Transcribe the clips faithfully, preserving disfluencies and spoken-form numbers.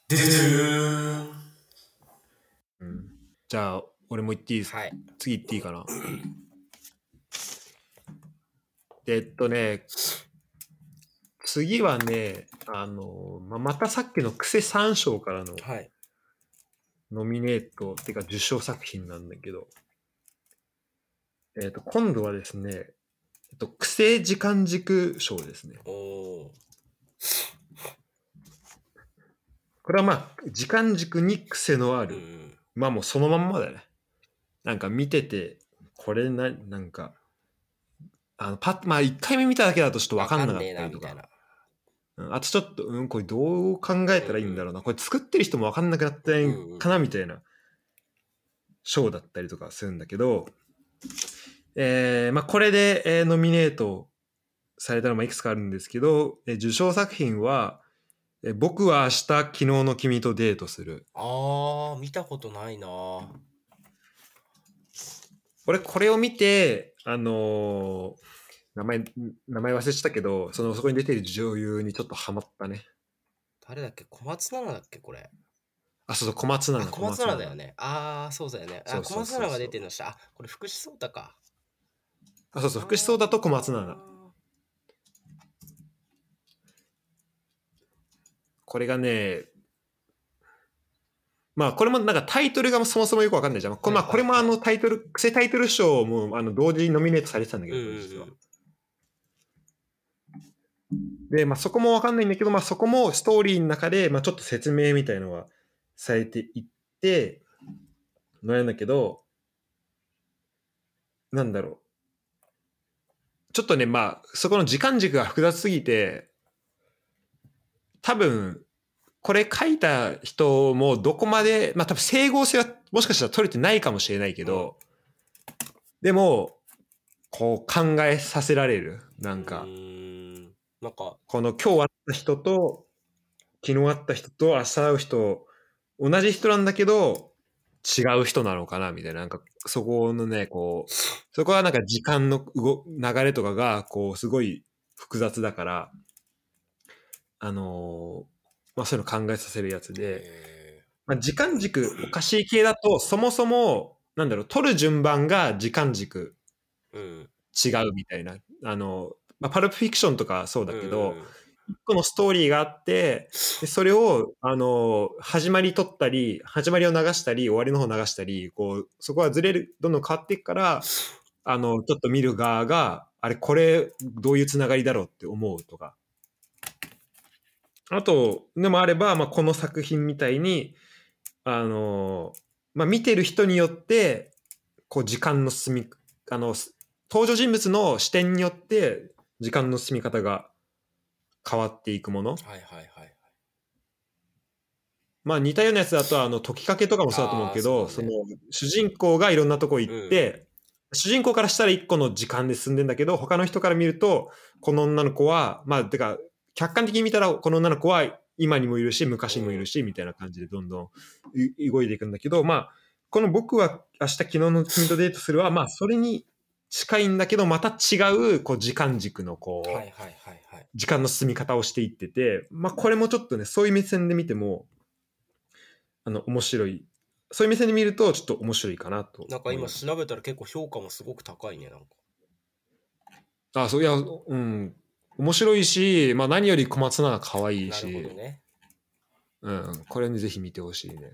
ドゥドゥーン。 うん、じゃあ俺も言っていいですか、 はい、 次言っていいかな。えっとね次はねあの、まあ、またさっきのクセさん賞からのはい、 ノミネートっていうか受賞作品なんだけど、えっと今度はですね、えっと、クセ時間軸賞ですね。 おお、 これはまあ時間軸に癖のある、 うんうん、 まあもうそのまんまだね。なんか見ててこれななんかあのパッまあいっかいめ見ただけだとちょっと分かんなかわかんねえったりとか、 なみたいな。 うん、あとちょっとうんこれどう考えたらいいんだろうな、これ作ってる人も分かんなくなったうんんかうん、 なみたいな賞だったりとかするんだけど、えーまあ、これで、えーノミネートされたのもいくつかあるんですけど、えー受賞作品は、えー僕は明日昨日の君とデートする。 あー見たことないな。 俺これを見て、あのー名前、名前忘れちゃったけど、そのそこに出てる女優にちょっとハマったね。 誰だっけ、小松菜奈だっけこれ。 あ、そうそう、小松菜あ、 奈、 小松菜小松菜奈。 奈だよね。ああ、そうだよね。あ、 そうそう小松菜奈がそうそう。 出てるのした。あ、これ福士蒼汰か。 あ、そうそう、 あ福士蒼汰と小松菜奈。 ーこれがね、まあこれもなんかタイトルがそもそもよくわかんないじゃん。これ,、まあ、これもあのタイトル、クセタイトル賞もあの同時にノミネートされてたんだけど、 うんうんこれ実は。 うん。 で、まあそこもわかんないんだけど、まあそこもストーリーの中で、まあちょっと説明みたいのがされていって、なんだけど、なんだろう。ちょっとね、まあそこの時間軸が複雑すぎて、多分、これ書いた人もどこまで、まあ多分整合性はもしかしたら取れてないかもしれないけど、でも、こう考えさせられる。なんか、 うーん、なんか、 この今日会った人と、昨日会った人と明日会う人、同じ人なんだけど、違う人なのかなみたいな、なんかそこのね、こう、そこはなんか時間の動流れとかが、こう、すごい複雑だから、あのーまあそういうの考えさせるやつで、 えまあ、時間軸おかしい系だと、そもそも、なんだろう、取る順番が時間軸ー、うん、 違うみたいな。あの、まあ、パルプフィクションとかそうだうん、 けど、 うん、 一個のストーリーがあって、でそれを、あの、始まり取ったり、始まりを流したり、終わりの方流したり、こう、そこはずれる、どんどん変わっていくから、あの、ちょっと見る側が、あれ、これ、どういうつながりだろうって思うとか。あと、でもあれば、まあ、この作品みたいに、あの、まあ、見てる人によって、こう、時間の進み、あの、登場人物の視点によって、時間の進み方が変わっていくもの。 はいはいはい。 まあ似たようなやつだと、あの、解きかけとかもそうだと思うああ、 けど、その、 そうだね。 主人公がいろんなとこ行うん、 って、主人公からしたら一個の時間で進んでんだけど、他の人から見ると、この女の子は、まあ、てか、客観的に見たら、この女の子は今にもいるし、昔にもいるし、みたいな感じでどんどんい動いていくんだけど、まあ、この僕は明日昨日の君とデートするは、まあ、それに近いんだけど、また違う、こう、時間軸の、こう、 はいはいはいはい。 時間の進み方をしていってて、まあ、これもちょっとね、そういう目線で見ても、あの、面白い。そういう目線で見ると、ちょっと面白いかなとなんか今思います。 調べたら結構評価もすごく高いね、なんか。 あ、そう、いや、うん。面白いし、まあ何より小松菜奈可愛いなるほどし、 ね。 うん、これにぜひ見てほしいね。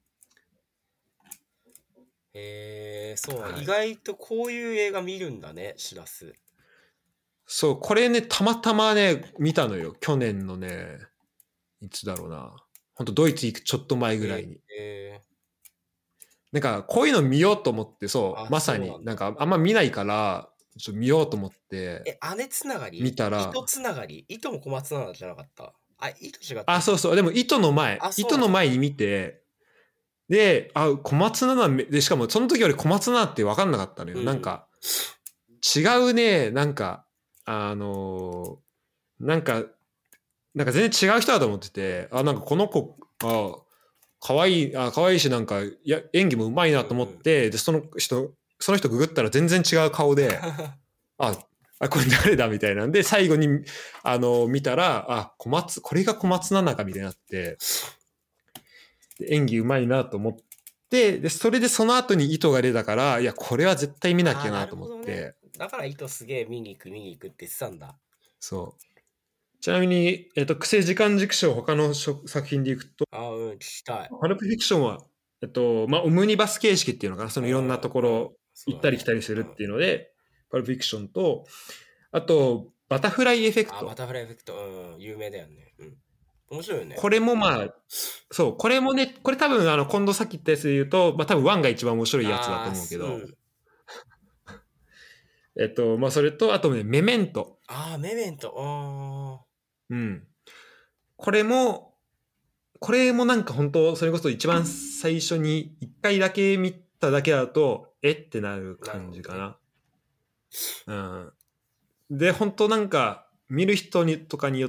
へえ、そう、 はい。 意外とこういう映画見るんだね、しらす。 そう、これね、たまたまね、見たのよ。去年のね、いつだろうな。ほんとドイツ行くちょっと前ぐらへいに。 え、 なんか、こういうの見ようと思って、そう、 あ、 まさに、 そうなんだ。 なんか、あんま見ないから、ちょっと見ようと思ってえ、姉つながり、 見たら、 糸つながり、糸も小松菜奈じゃなかった。あ、糸違ったあ、 っけ。 そうそう、でも糸の前、 あ、そう糸なんだ。 の前に見て、で、あ、小松菜奈で、しかもその時俺小松菜奈って分かんなかったのよ。 うんうん。 なんか、違うね、なんか、あのーなんか、なんか全然違う人だと思ってて、あ、なんかこの子、あ、可愛い、あ、可愛いし、なんか、いや、演技もうまいなと思っうんうん。 て、で、その人、その人ググったら全然違う顔で、あ、あ、これ誰だみたいなんで、最後に、あのー見たら、あ、小松、これが小松菜奈かみたいになって、 で演技うまいなと思って、でそれでその後に糸が出たから、いやこれは絶対見なきゃなと思って、 ね、だから糸すげえ見に行く見に行くって言ってたんだ。 そう。ちなみに、えっと、癖時間軸賞他の作品でいくと、 あうん聞きたい。 パルプフィクションは、えっと、まあ、オムニバス形式っていうのかな、そのいろんなところ行ったり来たりするっていうので、うん、パルプフィクションと、あと、バタフライエフェクト。 あ、バタフライエフェクト、うん、有名だよね。うん。面白いよね。 これもまあ、そう、これもね、これ多分、あの、今度さっき言ったやつで言うと、まあ多分ワンが一番面白いやつだと思うけど、うん、えっと、まあそれと、あとね、メメント。 ああ、メメント。あうん。これも、これもなんか本当、それこそ一番最初に一回だけ見ただけだと、えってなる感じかな。なうん。で、本当なんか、見る人にとかによって、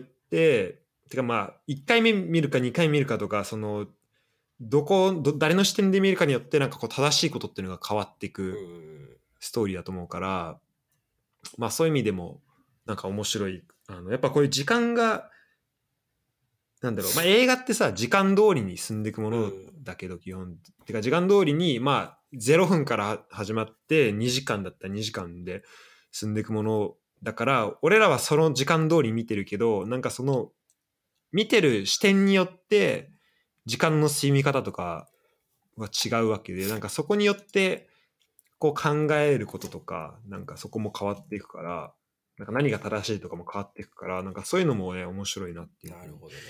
てかまあ、いっかいめ見るかにかいめ見るかとか、その、どこど誰の視点で見るかによってなんかこう正しいことっていうのが変わっていくストーリーだと思うから、まあそういう意味でもなんか面白い。あのやっぱこういう時間がなんだろう、まあ、映画ってさ時間通りに進んでいくものだけど基本てか時間通りにまあゼロふんから始まってにじかんだったらにじかんで進んでいくものだから俺らはその時間通り見てるけどなんかその見てる視点によって時間の進み方とかは違うわけでなんかそこによってこう考えることとかなんかそこも変わっていくからなんか何が正しいとかも変わっていくからなんかそういうのもね面白いなっていう。 なるほどね。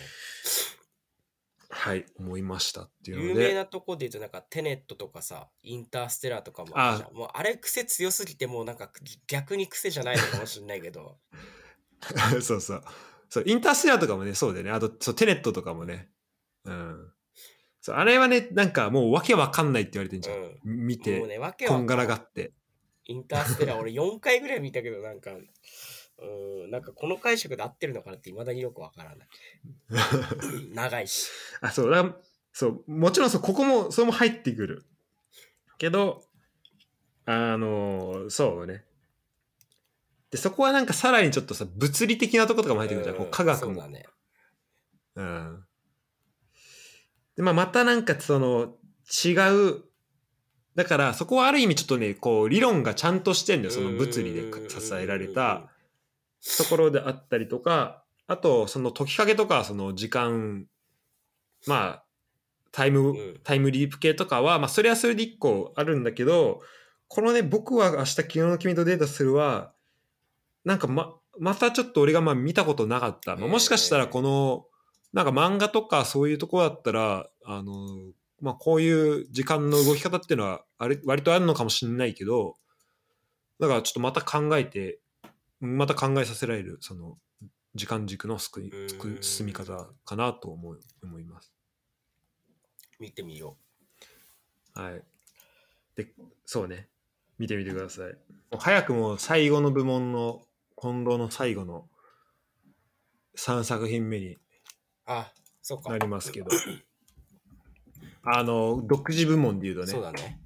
はい思いましたっていうので有名なとこで言うとなんかテネットとかさインターステラーとかもあるじゃん。もうあれ癖強すぎてもうなんか逆に癖じゃないのかもしれないけどそうそうそうインターステラーとかもねそうだよねあとそうテネットとかもねうんそうあれはねなんかもうわけわかんないって言われてんじゃん、うん、見てもうねわけわかんこんがらがってインターステラー俺よんかいぐらい見たけどなんかうんなんかこの解釈で合ってるのかなって未だによくわからない長いしあそうだそうもちろんそうここもそれも入ってくるけどあのそうねでそこはなんかさらにちょっとさ物理的なとことかも入ってくるじゃん、うん、こう科学もそうだねうんで、まあ、またなんかその違うだからそこはある意味ちょっとねこう理論がちゃんとしてんだよその物理で支えられたところであったりとかあとその解きかけとかその時間まあタイム、うん、タイムリープ系とかはまあそれはそれで一個あるんだけどこのね僕は明日昨日の君とデータするはなんかままたちょっと俺がまあ見たことなかった、まあ、もしかしたらこのなんか漫画とかそういうところだったらあのまあこういう時間の動き方っていうのはあれ割とあるのかもしれないけどだからちょっとまた考えてまた考えさせられるその時間軸の進み方かなと思い、思います。 見てみよう。はい。で、そうね。見てみてください。もう早くも最後の部門の近藤の最後のさんさく品目になりますけど、あの独自部門でいうとね。 そうだね。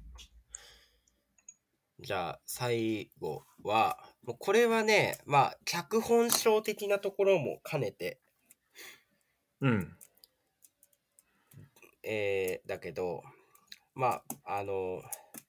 じゃあ最後はもうこれはねまあ脚本賞的なところも兼ねてうんえー、だけどまああの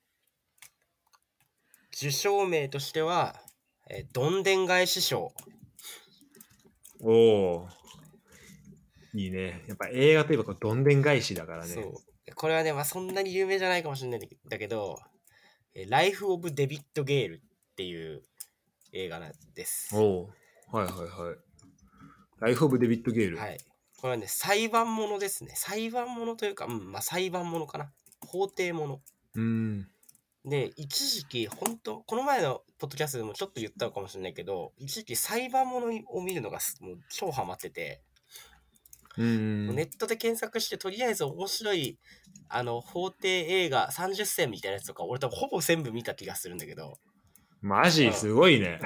受賞名としては、えー、どんでん返し賞。 おおいいねやっぱ映画といえばこうどんでん返しだからね。 そうこれはね、まあ、そんなに有名じゃないかもしれないんだけどライフ・オブ・デビッド・ゲールっていう映画なんです。 おおはいはいはいライフ・オブ・デビッド・ゲール。 はい。これはね、裁判ものですね。裁判ものというか、うん、まあ裁判ものかな。法廷もの。 うん。 で、一時期、本当この前のポッドキャストでもちょっと言ったかもしれないけど、一時期裁判ものを見るのがもう超ハマってて、 うん。 ネットで検索して、とりあえず面白い、あの、法廷映画さんじゅっせんみたいなやつとか、俺多分ほぼ全部見た気がするんだけど。 マジすごいね。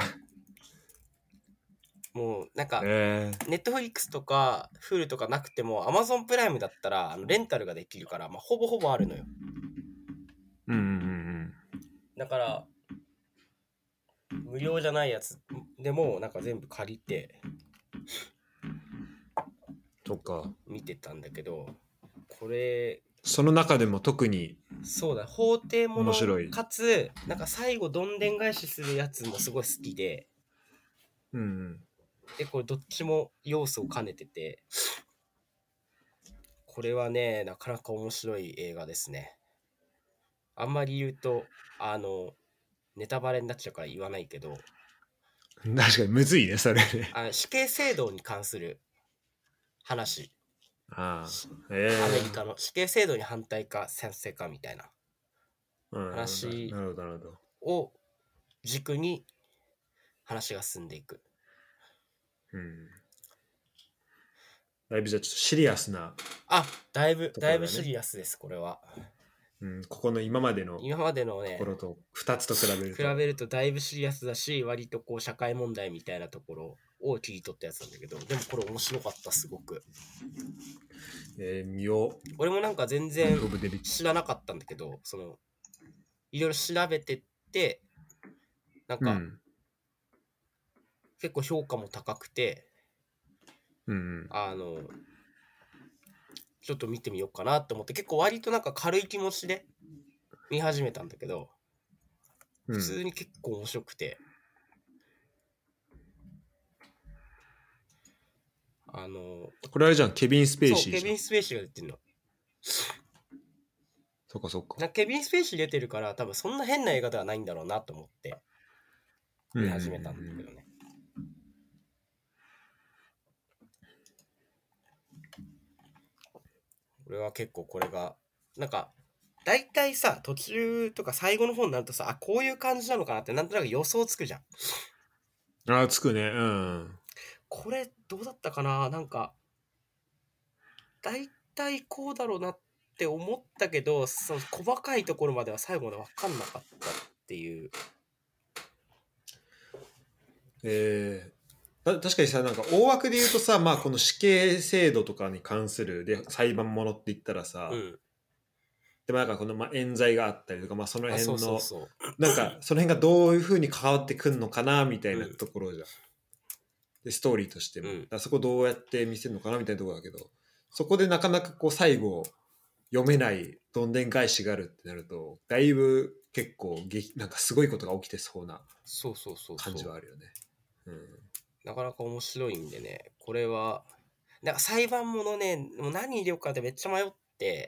もうなんか、ネットフリックスとか Hulu とかなくても Amazon プライムだったらあのレンタルができるから、まあ、ほぼほぼあるのよ。 うんうんうん。 だから無料じゃないやつでもなんか全部借りてとか見てたんだけど、 これその中でも特にそうだ法廷もの面白いかつなんか最後どんでん返しするやつもすごい好きで、 うんうんでこれどっちも要素を兼ねてて、これはねなかなか面白い映画ですね。あんまり言うとあのネタバレになっちゃうから言わないけど、 確かにむずいねそれね。 あの死刑制度に関する話、 ああええアメリカの死刑制度に反対か賛成かみたいなうん話なるほどなるほど。 を軸に話が進んでいく。 うんだいぶじゃあちょっとシリアスなあ、だいぶところだねだいぶシリアスですこれは。 うん、ここの今までの今までのとねころとふたつと比べる比とべるとだいぶシリアスだし、割とこう社会問題みたいなところを切り取ったやつなんだけど、でもこれ面白かったすごく。 えー、見よう。 俺もなんか全然飛ぶデビ知らなかったんだけど、そのいろいろ調べてってなんかうん結構評価も高くて、 うんうんあのちょっと見てみようかなと思って、結構割となんか軽い気持ちで見始めたんだけど、 うん普通に結構面白くて、あのこれあれじゃんケビン・スペイそうシーじゃん。 ケビン・スペイシーが出てるの。 そっかそっか。 なんかケビン・スペイシー出てるから多分そんな変な映画ではないんだろうなと思って見始めたんだけどね。俺は結構これがなんか大体さ途中とか最後の方になるとさ、あこういう感じなのかなってなんとなく予想つくじゃん。 ああつくねうん。 これどうだったかな、なんか大体こうだろうなって思ったけど、その細かいところまでは最後まで分かんなかったっていう。 えー、た確かにさなんか大枠で言うとさまあこの死刑制度とかに関するで裁判ものって言ったらさ、 うん。 でもなんかこのまあ冤罪があったりとか、まあ、そのあ、そう辺のそうそう。 なんかその辺がどういう風に関わってくんのかなみたいなところじゃん。でストーリーとしても、 うんだからそこどうやって見せるのかなみたいなところだけど、そこでなかなかこう最後読めないどんでん返しがあるってなるとだいぶ結構激なんかすごいことが起きてそうなそうそうそうそう。 感じはあるよね。うんなかなか面白いんでね、これはなんか裁判ものね、もう何入れようかってめっちゃ迷って、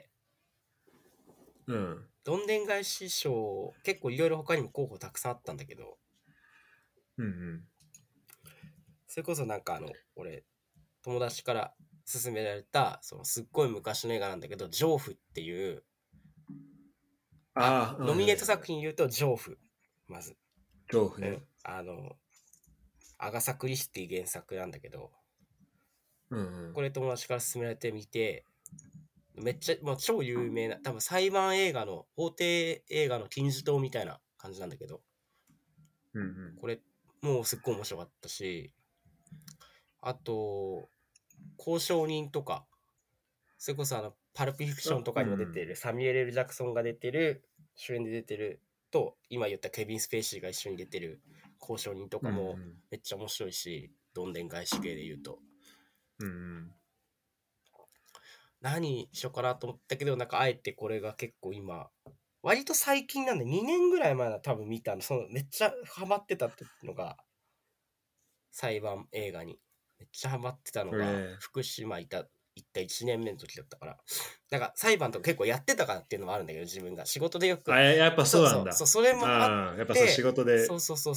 うんどんでん返し賞結構いろいろ他にも候補たくさんあったんだけど、 うんうんそれこそなんかあの俺友達から勧められたそのすっごい昔の映画なんだけど、ジョーフっていう、あああノミネート作品品言うとジョーフ、まず、 恐怖ねうん、あのアガサ・クリスティ原作なんだけど、 うんうんこれ友達から勧められてみて、めっちゃもう超有名な多分裁判映画の法廷映画の金字塔みたいな感じなんだけど、 うんうんこれもうすっごい面白かったし、あと交渉人とか、それこそあのパルプフィクションとかにも出てる、サミュエル・L・ジャクソンが出てる主演で出てると、今言ったケビン・スペイシーが一緒に出てる交渉人とかもめっちゃ面白いし、どんでん返し系で言うとうんうん何しようかなと思ったけど、なんかあえてこれが結構今割と最近なんでにねんぐらい前は多分見たの、そのめっちゃハマってたってのが裁判映画にめっちゃハマってたのが、 えー福島いた行ったいちねんめの時だったから、なんか裁判とか結構やってたからっていうのもあるんだけど、自分が仕事でよく、 あややっぱそうなんだ。 そうそうそう、それもあああやっぱそう仕事でそうそうそう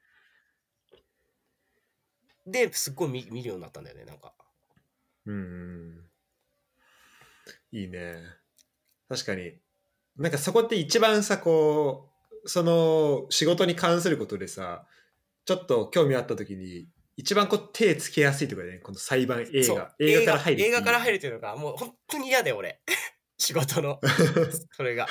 そうですっごい 見, 見るようになったんだよね、なんか。 うんうんいいね。確かになんかそこって一番さこうその仕事に関することでさちょっと興味あった時に一番こう手つけやすいとかね、この裁判映そう画映画から入るっていい映よね、 画から入るっていうのがもう本当に嫌で俺仕事のそれが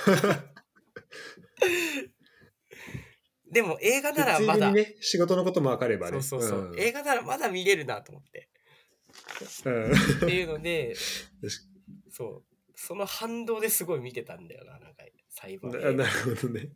でも映画ならついまだ、 でにね仕事のことも分かればね。 そうそうそう、 ん、 映画ならまだ見れるなと思ってうんっていうので確そうその反動ですごい見てたんだよな、なんか裁判映画。 ななるほどね。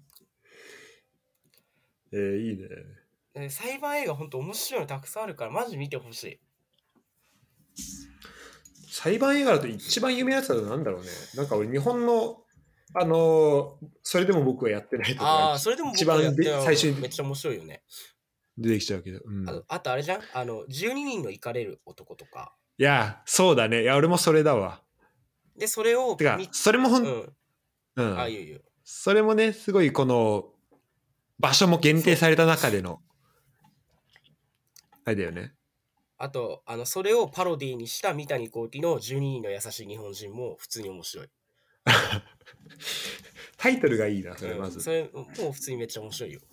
えー、いいね。 裁判映画ほんと面白いのたくさんあるからマジ見てほしい。 裁判映画だと一番有名なやつだとなんだろうね。なんか俺日本のあのーそれでも僕はやってないとかああ、それでも一僕はやって番で最初にめっちゃ面白いよね。 出てきちゃうけど、うん、 あと、あとあれじゃんあの、じゅうににんのイかれる男とか。 いやそうだね。いや俺もそれだわ。 で、それをてかみそれもほん、 うん。 うん、 あ、いいよいいよ。 それもねすごいこの場所も限定された中でのあれだよね。 あと、あの、それをパロディにした三谷幸喜のじゅうににんの優しい日本人も普通に面白い。 タイトルがいいなそれうんまず、 それもう普通にめっちゃ面白いよ。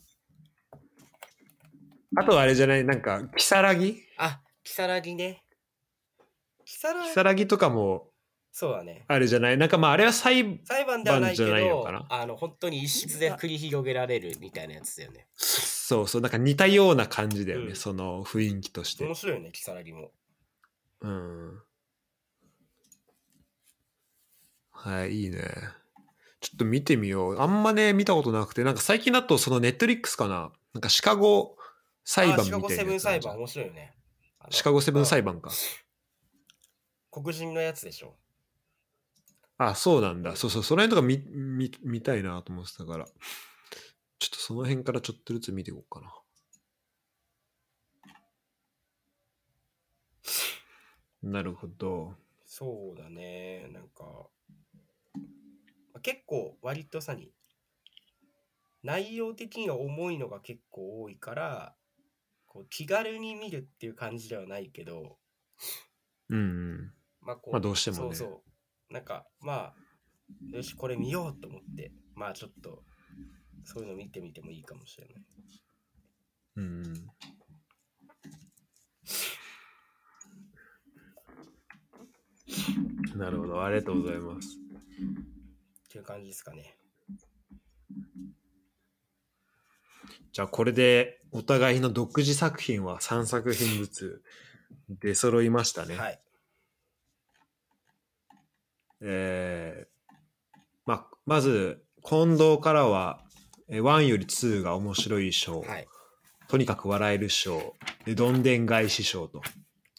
あとはあれじゃないなんかキサラギあ、キサラギね。キサラキサラギとかもそうだね。 あれじゃないなんかまああれは裁裁判ではないけ判じゃないのどかな、 あの本当に一室で繰り広げられるみたいなやつだよね。 そうそうなんか似たような感じだよね、 うんその雰囲気として。 面白いよね、キサラギも。 うんはいいいね。ちょっと見てみよう。あんまね見たことなくてなんか最近だとそのネットリックスかななんかシカゴ裁判みたいなやつあシカゴセブンあるじゃん裁判面白いよね。あのシカゴセブン裁判か。 黒人のやつでしょ。 あ、そうなんだ。そうそう、その辺とか見、見、見たいなと思ってたから。ちょっとその辺からちょっとずつ見ていこうかな。なるほど。 そうだね。なんか、結構割とさに、内容的には重いのが結構多いから、こう気軽に見るっていう感じではないけど、 うん、うん。 まあこう、 まあどうしてもね。 そうそう。なんか、まあ、よし、これ見ようと思って、まあちょっと、そういうの見てみてもいいかもしれない。 うん。なるほど、ありがとうございます。 っていう感じですかね。 じゃあこれでお互いの独自作品はさんさく品ずつ出揃いましたね。 はい。 えー、まあ、まず近藤からはいちよりにが面白い賞、 はい、 とにかく笑える賞でどんでん返し賞と。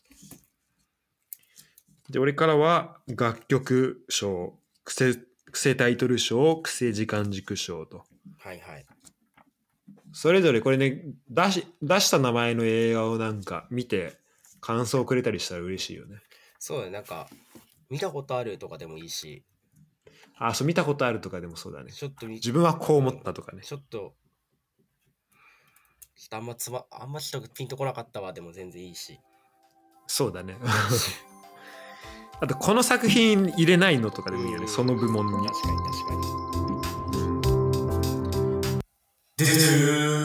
で俺からは楽曲賞、癖癖タイトル賞、癖時間軸賞と。 はいはいそれぞれこれね出し出した名前の映画をなんか見て感想をくれたりしたら嬉しいよね。 そうだね。なんか見たことあるとかでもいいし、 あ、そう見たことあるとかでもそうだね。 ちょっと自分はこう思ったとかね。 ちょっとちょっとあんまつまあんまちょっとピンとこなかったわでも全然いいし。 そうだね。あとこの作品入れないのとかでもいいよね、その部門に。 確かに確かに。 ドゥドゥー